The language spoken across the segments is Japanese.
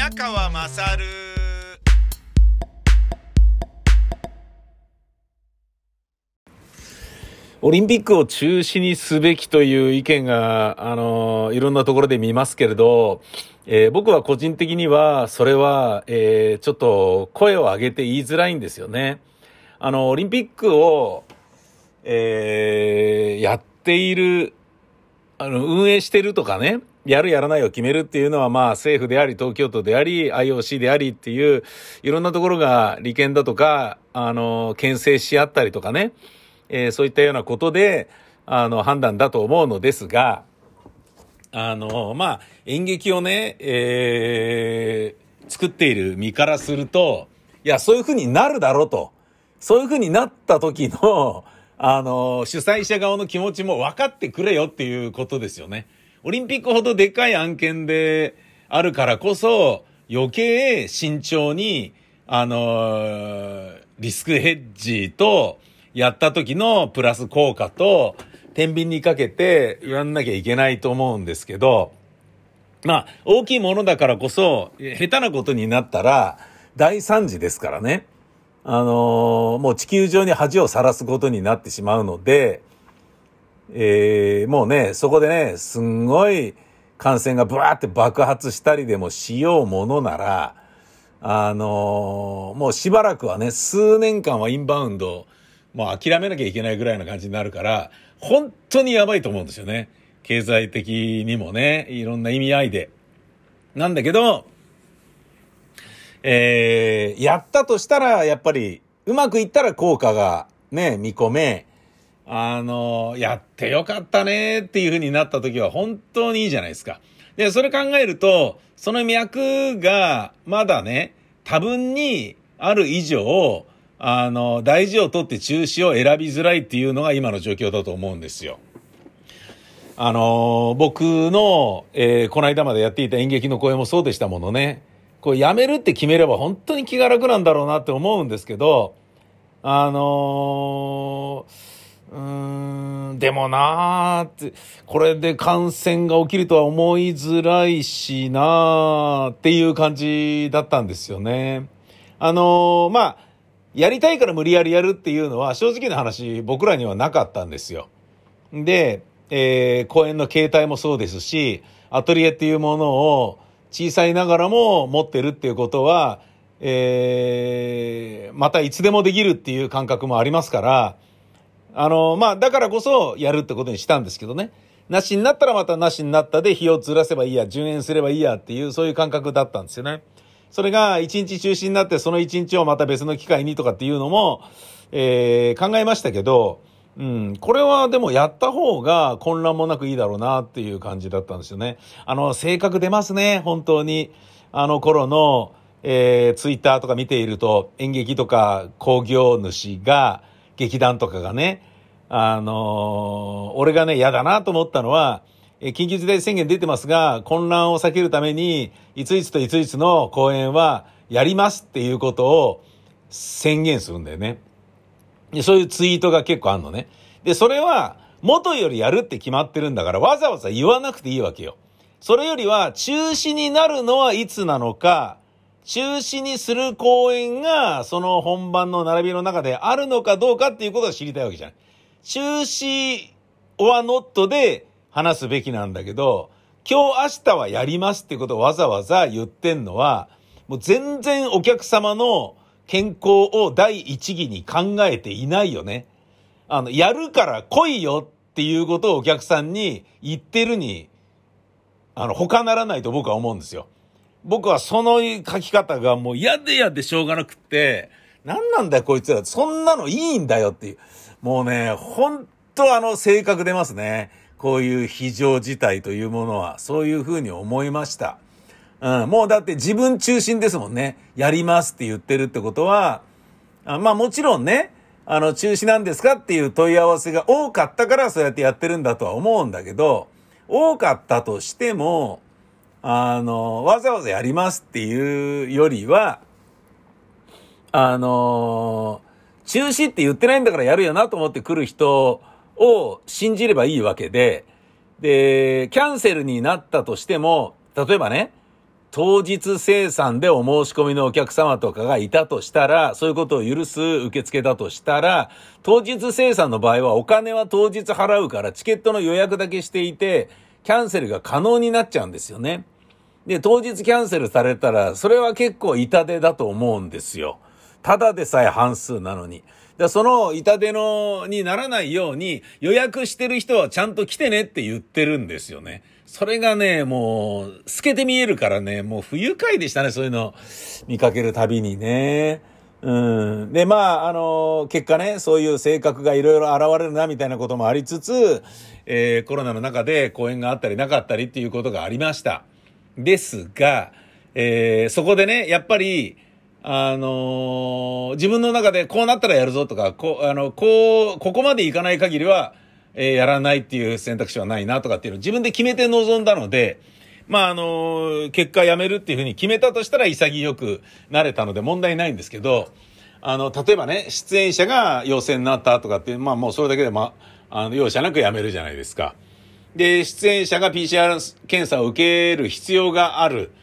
宮川勝。 オリンピックを中止にすべきという意見が、いろんなところで見ますけれど、僕は個人的には、それは、ちょっと声を上げて言いづらいんですよね。オリンピックを、やっている、運営してるとかね、やるやらないを決めるっていうのは、まあ政府であり、東京都であり、IOC でありっていう、いろんなところが利権だとか、牽制し合ったりとかね、そういったようなことで、判断だと思うのですが、まあ、演劇をね、作っている身からすると、いや、そういう風になるだろうと。そういう風になった時の、主催者側の気持ちも分かってくれよっていうことですよね。オリンピックほどでかい案件であるからこそ、余計慎重に、リスクヘッジと、やった時のプラス効果と、天秤にかけてやんなきゃいけないと思うんですけど、まあ、大きいものだからこそ、下手なことになったら、大惨事ですからね。もう地球上に恥をさらすことになってしまうので、もうね、そこでね、すんごい感染がブワーって爆発したりでもしようものなら、もうしばらくはね、数年間はインバウンド、もう諦めなきゃいけないぐらいな感じになるから、本当にやばいと思うんですよね。経済的にもね、いろんな意味合いで。なんだけど、やったとしたら、やっぱり、うまくいったら効果がね、見込め、やってよかったねっていう風になった時は本当にいいじゃないですか。で、それ考えると、その脈がまだね、多分にある以上、大事を取って中止を選びづらいっていうのが今の状況だと思うんですよ。僕の、この間までやっていた演劇の公演もそうでしたものね。こうやめるって決めれば本当に気が楽なんだろうなって思うんですけど、でもなーって、これで感染が起きるとは思いづらいしなーっていう感じだったんですよね。まあ、やりたいから無理やりやるっていうのは正直な話僕らにはなかったんですよ。で、公演の形態もそうですし、アトリエっていうものを小さいながらも持ってるっていうことは、またいつでもできるっていう感覚もありますから、まあ、だからこそやるってことにしたんですけどね。なしになったらまたなしになったで日をずらせばいいや、順延すればいいやっていう、そういう感覚だったんですよね。それが一日中止になってその一日をまた別の機会にとかっていうのも、考えましたけど、これはでもやった方が混乱もなくいいだろうなっていう感じだったんですよね。性格出ますね、本当に。あの頃の、ツイッターとか見ていると演劇とか興行主が、劇団とかがね、俺がね、嫌だなと思ったのは、緊急事態宣言出てますが、混乱を避けるために、いついつといついつの公演はやりますっていうことを宣言するんだよね。で、そういうツイートが結構あるのね。で、それは元よりやるって決まってるんだから、わざわざ言わなくていいわけよ。それよりは、中止になるのはいつなのか、中止にする公演がその本番の並びの中であるのかどうかっていうことを知りたいわけじゃん。中止はノットで話すべきなんだけど、今日明日はやりますってことをわざわざ言ってんのは、もう全然お客様の健康を第一義に考えていないよね。やるから来いよっていうことをお客さんに言ってるに、他ならないと僕は思うんですよ。僕はその書き方がもう嫌でしょうがなくって、何なんだよこいつら、そんなのいいんだよっていう。もうね、ほんと性格出ますね。こういう非常事態というものは、そういうふうに思いました。もうだって自分中心ですもんね。やりますって言ってるってことは、まあもちろんね、中止なんですかっていう問い合わせが多かったからそうやってやってるんだとは思うんだけど、多かったとしても、わざわざやりますっていうよりは、中止って言ってないんだからやるよなと思って来る人を信じればいいわけで、で、キャンセルになったとしても、例えばね、 当日生産でお申し込みのお客様とかがいたとしたら、そういうことを許す受付だとしたら、当日生産の場合はお金は当日払うからチケットの予約だけしていて、キャンセルが可能になっちゃうんですよね。で、当日キャンセルされたら、それは結構痛手だと思うんですよ。ただでさえ半数なのに。その痛手にならないように予約してる人はちゃんと来てねって言ってるんですよね。それがね、もう透けて見えるからね、もう不愉快でしたね、そういうの見かけるたびにね。で、結果ね、そういう性格がいろいろ現れるなみたいなこともありつつ、コロナの中で公演があったりなかったりっていうことがありました。ですが、そこでね、やっぱり、自分の中でこうなったらやるぞとか、ここまでいかない限りは、やらないっていう選択肢はないなとかっていうのを自分で決めて臨んだので、結果やめるっていうふうに決めたとしたら潔くなれたので問題ないんですけど、例えばね、出演者が陽性になったとかって、もうそれだけで容赦なくやめるじゃないですか。で、出演者が PCR 検査を受ける必要がある。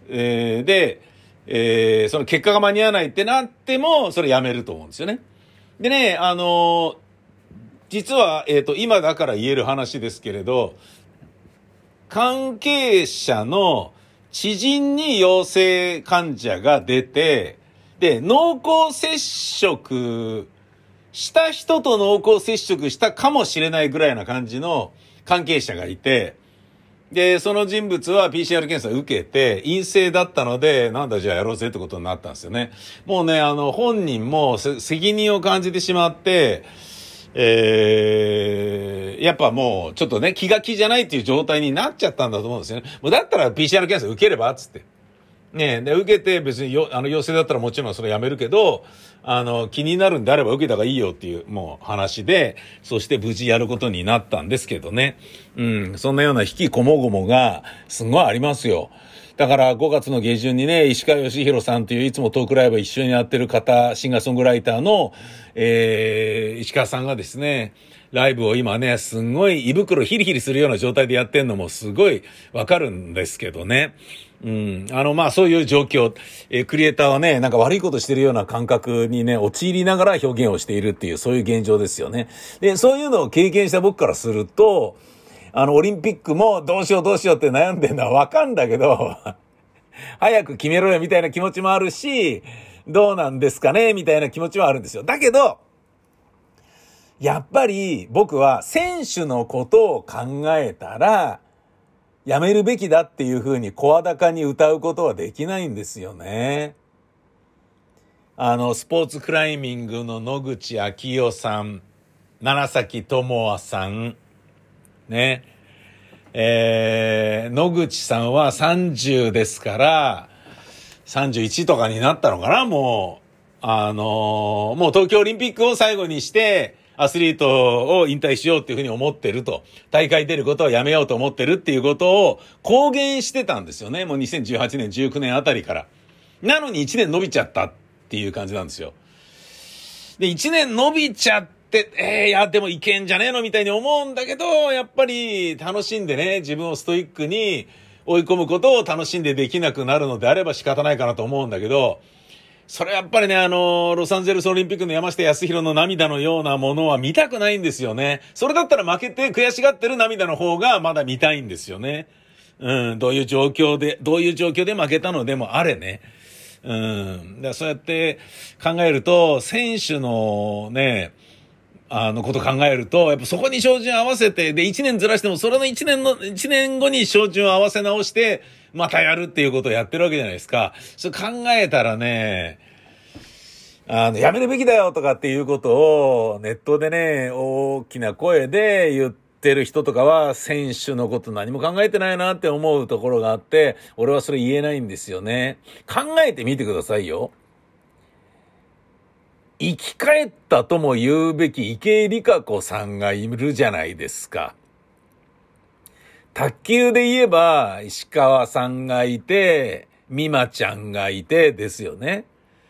その結果が間に合わないってなっても、それやめると思うんですよね。でね、実は、今だから言える話ですけれど、関係者の知人に陽性患者が出て、で、濃厚接触した人と濃厚接触したかもしれないぐらいな感じの関係者がいて、で、その人物は PCR 検査を受けて陰性だったので、なんだじゃあやろうぜってことになったんですよね。もうね、本人も責任を感じてしまって、やっぱもうちょっとね、気が気じゃないっていう状態になっちゃったんだと思うんですよね。もうだったら PCR 検査受ければっつって。ねえ、で、受けて別に陽性だったらもちろんそれやめるけど、気になるんであれば受けた方がいいよっていう、もう話で、そして無事やることになったんですけどね。そんなような引きこもごもが、すごいありますよ。だから5月の下旬にね、石川義弘さんといういつもトークライブ一緒にやってる方、シンガーソングライターの、石川さんがですね、ライブを今ね、すんごい胃袋ヒリヒリするような状態でやってんのもすごいわかるんですけどね。そういう状況、クリエイターはね、なんか悪いことしてるような感覚にね、陥りながら表現をしているっていう、そういう現状ですよね。で、そういうのを経験した僕からすると、オリンピックもどうしようって悩んでるのはわかんだけど、早く決めろよみたいな気持ちもあるし、どうなんですかねみたいな気持ちはあるんですよ。だけど、やっぱり僕は選手のことを考えたら、やめるべきだっていう風に声高に歌うことはできないんですよね。スポーツクライミングの野口昭代さん、楢崎智亜さん、ね。野口さんは30ですから、31とかになったのかなもう、もう東京オリンピックを最後にして、アスリートを引退しようっていうふうに思ってると。大会出ることはやめようと思ってるっていうことを公言してたんですよね。もう2018年、19年あたりから。なのに1年伸びちゃったっていう感じなんですよ。で、1年伸びちゃって、いや、でもいけんじゃねえのみたいに思うんだけど、やっぱり楽しんでね、自分をストイックに追い込むことを楽しんでできなくなるのであれば仕方ないかなと思うんだけど、それやっぱりね、ロサンゼルスオリンピックの山下康弘の涙のようなものは見たくないんですよね。それだったら負けて悔しがってる涙の方がまだ見たいんですよね。どういう状況で負けたのでもあれね。だからそうやって考えると、選手のね、こと考えると、やっぱそこに照準合わせて、で、1年ずらしても、それの1年後に照準を合わせ直して、またやるっていうことをやってるわけじゃないですか。それ考えたらね、やめるべきだよとかっていうことをネットでね、大きな声で言ってる人とかは、選手のこと何も考えてないなって思うところがあって、俺はそれ言えないんですよね。考えてみてくださいよ。生き返ったとも言うべき池江璃花子さんがいるじゃないですか。卓球で言えば石川さんがいて、美誠ちゃんがいてですよね。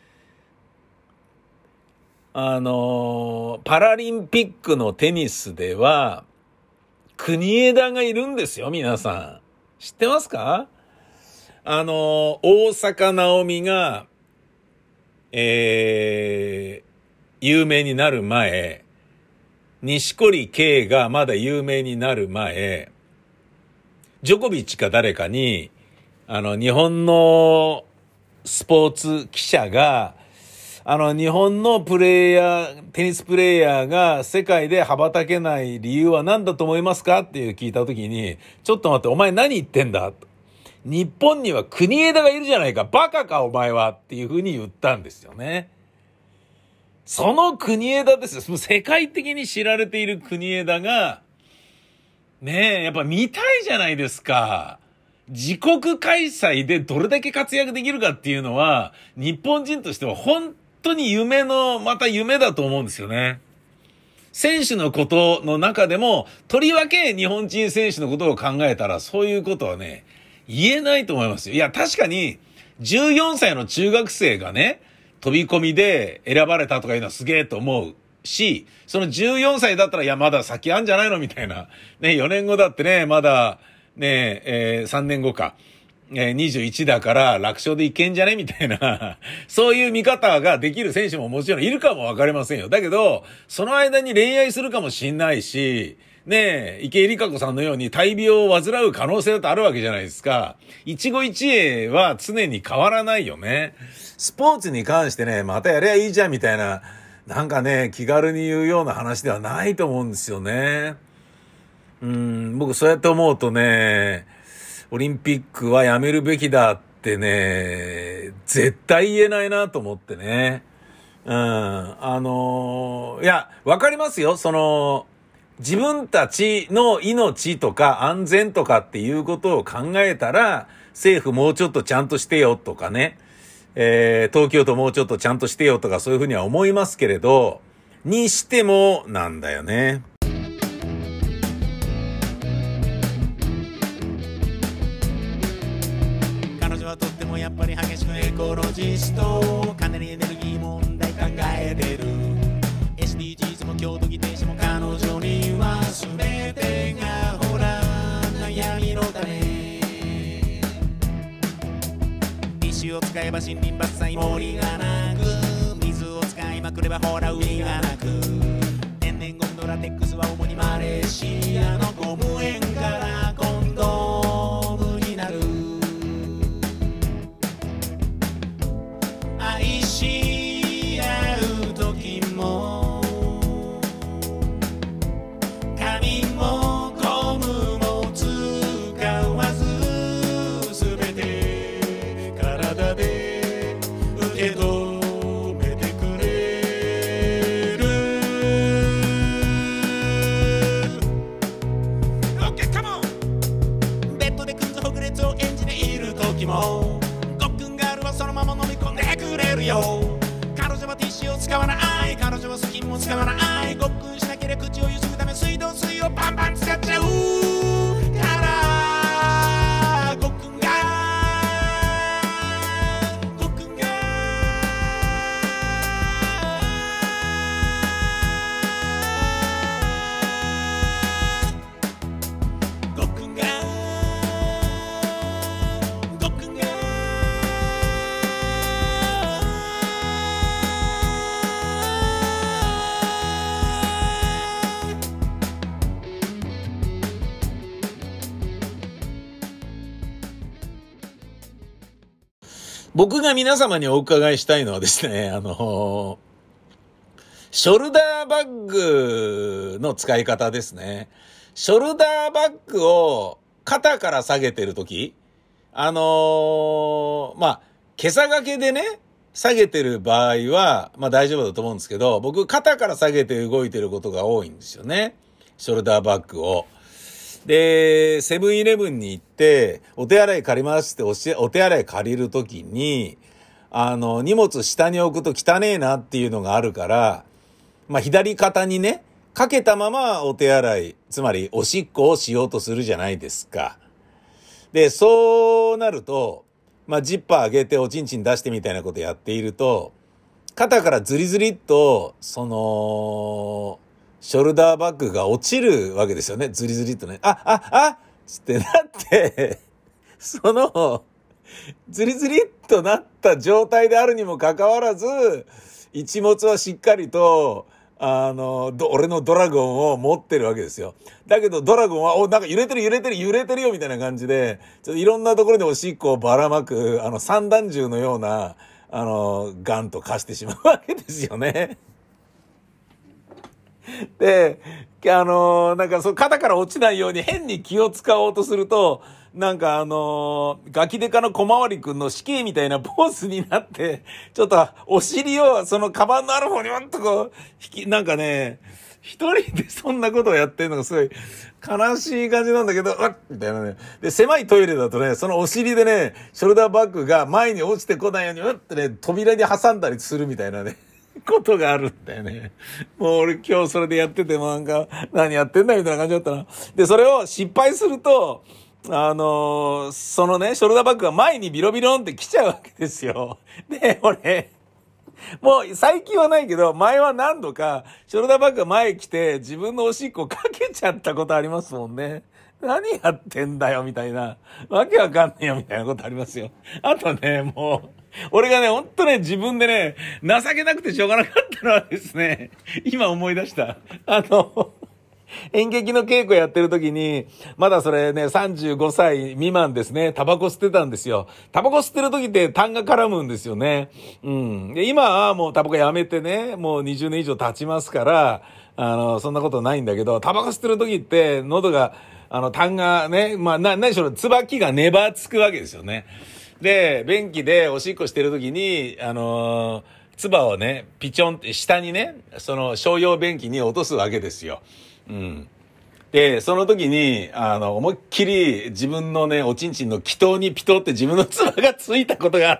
パラリンピックのテニスでは国枝がいるんですよ、皆さん。知ってますか？ 大坂なおみが、有名になる前、錦織圭がまだ有名になる前、ジョコビッチか誰かに、日本のスポーツ記者が、日本のテニスプレイヤーが世界で羽ばたけない理由は何だと思いますかっていう聞いたときに、ちょっと待って、お前何言ってんだと。日本には国枝がいるじゃないか、バカかお前はっていうふうに言ったんですよね。その国枝ですよ。世界的に知られている国枝が、ねえ、やっぱ見たいじゃないですか。自国開催でどれだけ活躍できるかっていうのは、日本人としては本当にまた夢だと思うんですよね。選手のことの中でも、とりわけ日本人選手のことを考えたら、そういうことはね、言えないと思いますよ。いや、確かに、14歳の中学生がね、飛び込みで選ばれたとかいうのはすげえと思うし、その14歳だったら、いや、まだ先あんじゃないのみたいな。ね、4年後だってね、まだ、ね、3年後か。21だから楽勝でいけんじゃねみたいな、そういう見方ができる選手ももちろんいるかもわかりませんよ。だけど、その間に恋愛するかもしんないし、ねえ、池江璃花子さんのように大病を患う可能性だってあるわけじゃないですか。一期一会は常に変わらないよね。スポーツに関してね、またやりゃいいじゃんみたいな、なんかね、気軽に言うような話ではないと思うんですよね。僕そうやって思うとね、オリンピックはやめるべきだってね、絶対言えないなと思ってね。いや、わかりますよ。自分たちの命とか安全とかっていうことを考えたら、政府もうちょっとちゃんとしてよとかね、東京都もうちょっとちゃんとしてよとかそういうふうには思いますけれど、にしてもなんだよね。 とってもやっぱり激しくエコロジスト、かなりエネルギー問題考えてる。 SDGs も京都議定書も彼女には全てがほら悩みの種。石を使えば森林伐採森がなく、水を使いまくればほら海がなく、天然ゴムのラテックスは主にマレーシアのゴム園からコンドームになる。愛し合う時も紙もゴムも使わずすべて体で受け止めてくれる。 OK, come on! ベッドでクズほぐれつを演じている時もごっくんガールはそのまま飲み込んでくれるよ。彼女はティッシュを使わない、彼女はスキンも使わない、ごっくんしなければ口をゆすぐため水道水をバンバン使っちゃうからごっくんがごっくんがごっくんがごっくんが僕が皆様にお伺いしたいのはですね、ショルダーバッグの使い方ですね。ショルダーバッグを肩から下げてるとき、まあ、今朝掛けでね、下げてる場合は、まあ大丈夫だと思うんですけど、僕肩から下げて動いてることが多いんですよね。ショルダーバッグを。で、セブンイレブンに行って、お手洗い借りますってお手洗い借りるときに、荷物下に置くと汚ねえなっていうのがあるから、まあ、左肩にね、かけたままお手洗い、つまりおしっこをしようとするじゃないですか。で、そうなると、まあ、ジッパー上げておちんちん出してみたいなことやっていると、肩からズリズリっと、ショルダーバッグが落ちるわけですよね。ズリズリっとね。つってなって、 ズリズリっとなった状態であるにもかかわらず、一物はしっかりと、俺のドラゴンを持ってるわけですよ。だけどドラゴンは、なんか揺れてるよみたいな感じで、ちょっといろんなところでおしっこをばらまく、散弾銃のような、ガンと化してしまうわけですよね。で、なんか肩から落ちないように変に気を使おうとすると、なんかガキデカの小回りくんの死刑みたいなポーズになって、ちょっとお尻をそのカバンのある方にわっとこう、なんかね、一人でそんなことをやってるのがすごい悲しい感じなんだけど、うっみたいなね。で、狭いトイレだとね、そのお尻でね、ショルダーバッグが前に落ちてこないように、うってね、扉に挟んだりするみたいなね。ことがあるんだよね。もう俺今日それでやっててもなんか、何やってんだみたいな感じだったな。で、それを失敗すると、そのね、ショルダーバッグが前にビロビロンって来ちゃうわけですよ。で、俺、もう最近はないけど、前は何度か、ショルダーバッグが前来て、自分のおしっこかけちゃったことありますもんね。何やってんだよ、みたいな。わけわかんねえよ、みたいなことありますよ。あとね、もう、俺がね、ほんとね、自分でね、情けなくてしょうがなかったのはですね、今思い出した。演劇の稽古やってる時に、まだそれね、35歳未満ですね、タバコ吸ってたんですよ。タバコ吸ってる時って痰が絡むんですよね。うん。で、今はもうタバコやめてね、もう20年以上経ちますから、そんなことないんだけど、タバコ吸ってる時って喉が、痰がね、まあ、何しろ、椿が粘つくわけですよね。で、便器でおしっこしてる時に、唾をね、ピチョンって下にね、その商用便器に落とすわけですよ。うん。で、その時に、思いっきり自分のね、おちんちんの気筒にピトって自分の唾がついたことがあって、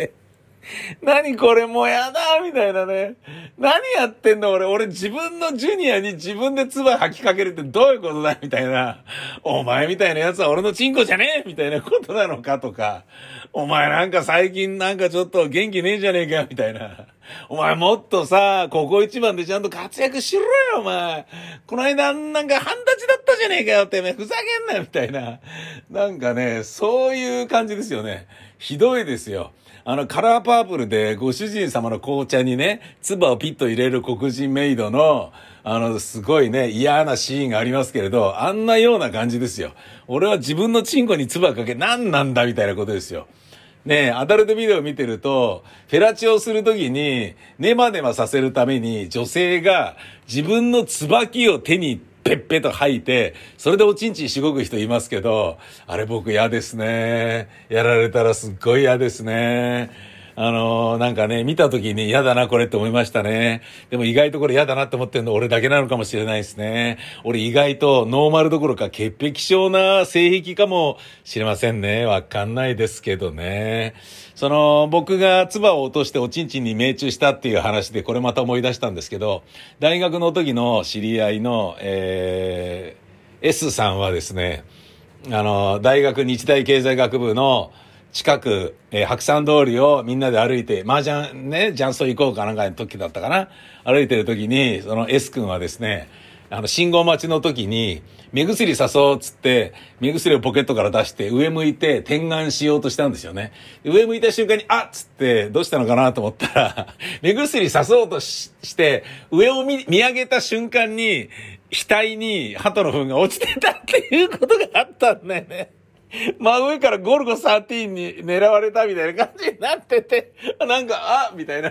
何これもうやだみたいなね。何やってんの俺自分のジュニアに自分で唾吐きかけるってどういうことだみたいな。お前みたいなやつは俺のチンコじゃねえみたいなことなのかとか。お前なんか最近なんかちょっと元気ねえじゃねえかみたいな。お前もっとさ、ここ一番でちゃんと活躍しろよお前。この間なんか半立ちだったじゃねえかよってふざけんなよみたいな。なんかね、そういう感じですよね。ひどいですよ。カラーパープルでご主人様の紅茶にね、唾をピッと入れる黒人メイドの、すごいね、嫌なシーンがありますけれど、あんなような感じですよ。俺は自分のチンコに唾かけ、何なんだみたいなことですよ。ねえ、アダルトビデオ見てると、フェラチオするときに、ネマネマさせるために、女性が自分の椿を手にペッペと吐いて、それでおちんちんしごく人いますけど、あれ僕嫌ですね。やられたらすっごい嫌ですね。なんかね、見た時に嫌だなこれって思いましたね。でも意外とこれ嫌だなって思ってるの俺だけなのかもしれないですね。俺意外とノーマルどころか潔癖症な性癖かもしれませんね。わかんないですけどね。僕が唾を落としておちんちんに命中したっていう話でこれまた思い出したんですけど、大学の時の知り合いの、S さんはですね、大学日大経済学部の近く、白山通りをみんなで歩いて、麻雀ね、雀荘行こうかなんかの時だったかな。歩いてる時に、その S 君はですね、信号待ちの時に、目薬さそうっつって、目薬をポケットから出して上向いて点眼しようとしたんですよね。上向いた瞬間に、あっつって、どうしたのかなと思ったら、目薬さそうとして、上を見上げた瞬間に、額に鳩の糞が落ちてたっていうことがあったんだよね。真上からゴルゴ13に狙われたみたいな感じになってて、なんか、みたいな。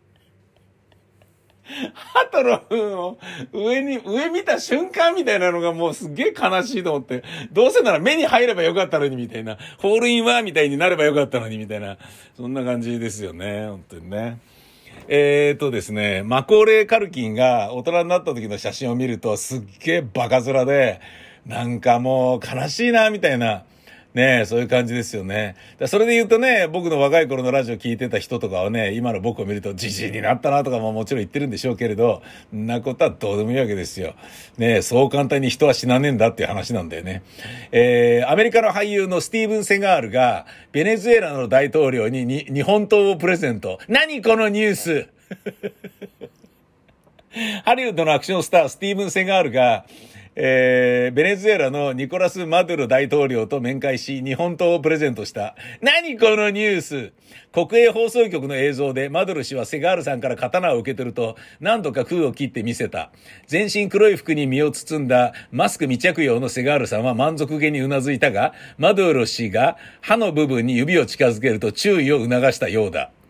鳩の糞を上見た瞬間みたいなのがもうすっげえ悲しいと思って、どうせなら目に入ればよかったのにみたいな、ホールインワンみたいになればよかったのにみたいな、そんな感じですよね、本当にね。ですね、マコーレー・カルキンが大人になった時の写真を見るとすっげえバカ面で、なんかもう悲しいな、みたいな。ねえ、そういう感じですよね。それで言うとね、僕の若い頃のラジオ聞いてた人とかはね、今の僕を見るとジジイになったなとかももちろん言ってるんでしょうけれど、そんなことはどうでもいいわけですよ。ねえ、そう簡単に人は死なねえんだっていう話なんだよね。アメリカの俳優のスティーブン・セガールが、ベネズエラの大統領に日本刀をプレゼント。何このニュースハリウッドのアクションスター、スティーブン・セガールが、 ベネズエラのニコラス・マドゥロ大統領と面会し、日本刀をプレゼントした。何このニュース。国営放送局の映像でマドゥロ氏はセガールさんから刀を受け取ると、何度か空を切って見せた。全身黒い服に身を包んだマスク未着用のセガールさんは満足げにうなずいたが、マドゥロ氏が歯の部分に指を近づけると注意を促したようだ。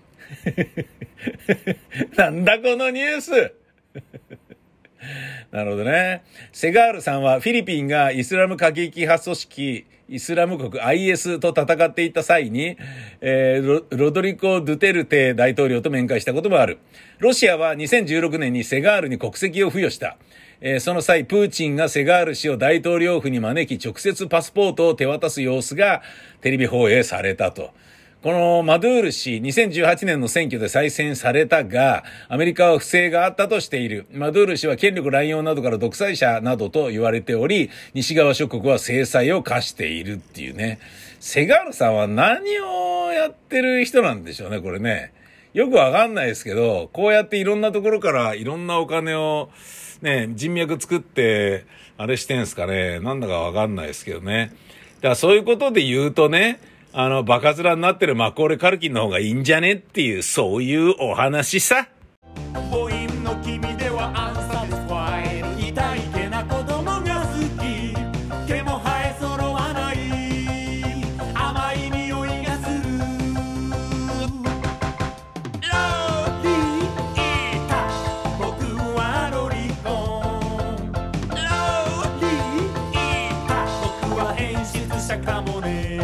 なんだこのニュース。なるほどね。セガールさんはフィリピンがイスラム過激派組織イスラム国 IS と戦っていた際に、ロドリゴ・ドゥテルテ大統領と面会したこともある。ロシアは2016年にセガールに国籍を付与した。その際、プーチンがセガール氏を大統領府に招き直接パスポートを手渡す様子がテレビ放映されたと。このマドゥール氏、2018年の選挙で再選されたが、アメリカは不正があったとしている。マドゥール氏は権力乱用などから独裁者などと言われており、西側諸国は制裁を科しているっていうね。セガールさんは何をやってる人なんでしょうね、これね。よくわかんないですけど、こうやっていろんなところからいろんなお金をね、人脈作って、あれしてんすかね。なんだかわかんないですけどね。だからそういうことで言うとね、バカ面になってるマコーレ・カルキンの方がいいんじゃねっていう、そういうお話さ。 母音の君ではアンサティスファイル。痛いけな子供が好き。毛も生え揃わない甘い匂いがする。ロリータ、僕はロリコン。ロリータ、僕は演出者かもね。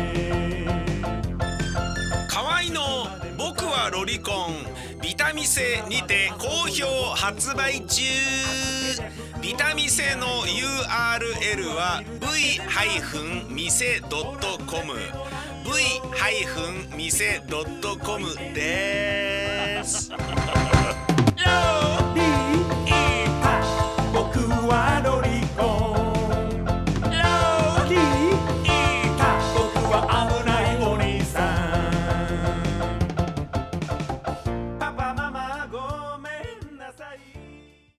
ロリコンビタミセにて好評発売中。ビタミセの URL は v-mise.com v-mise.com です。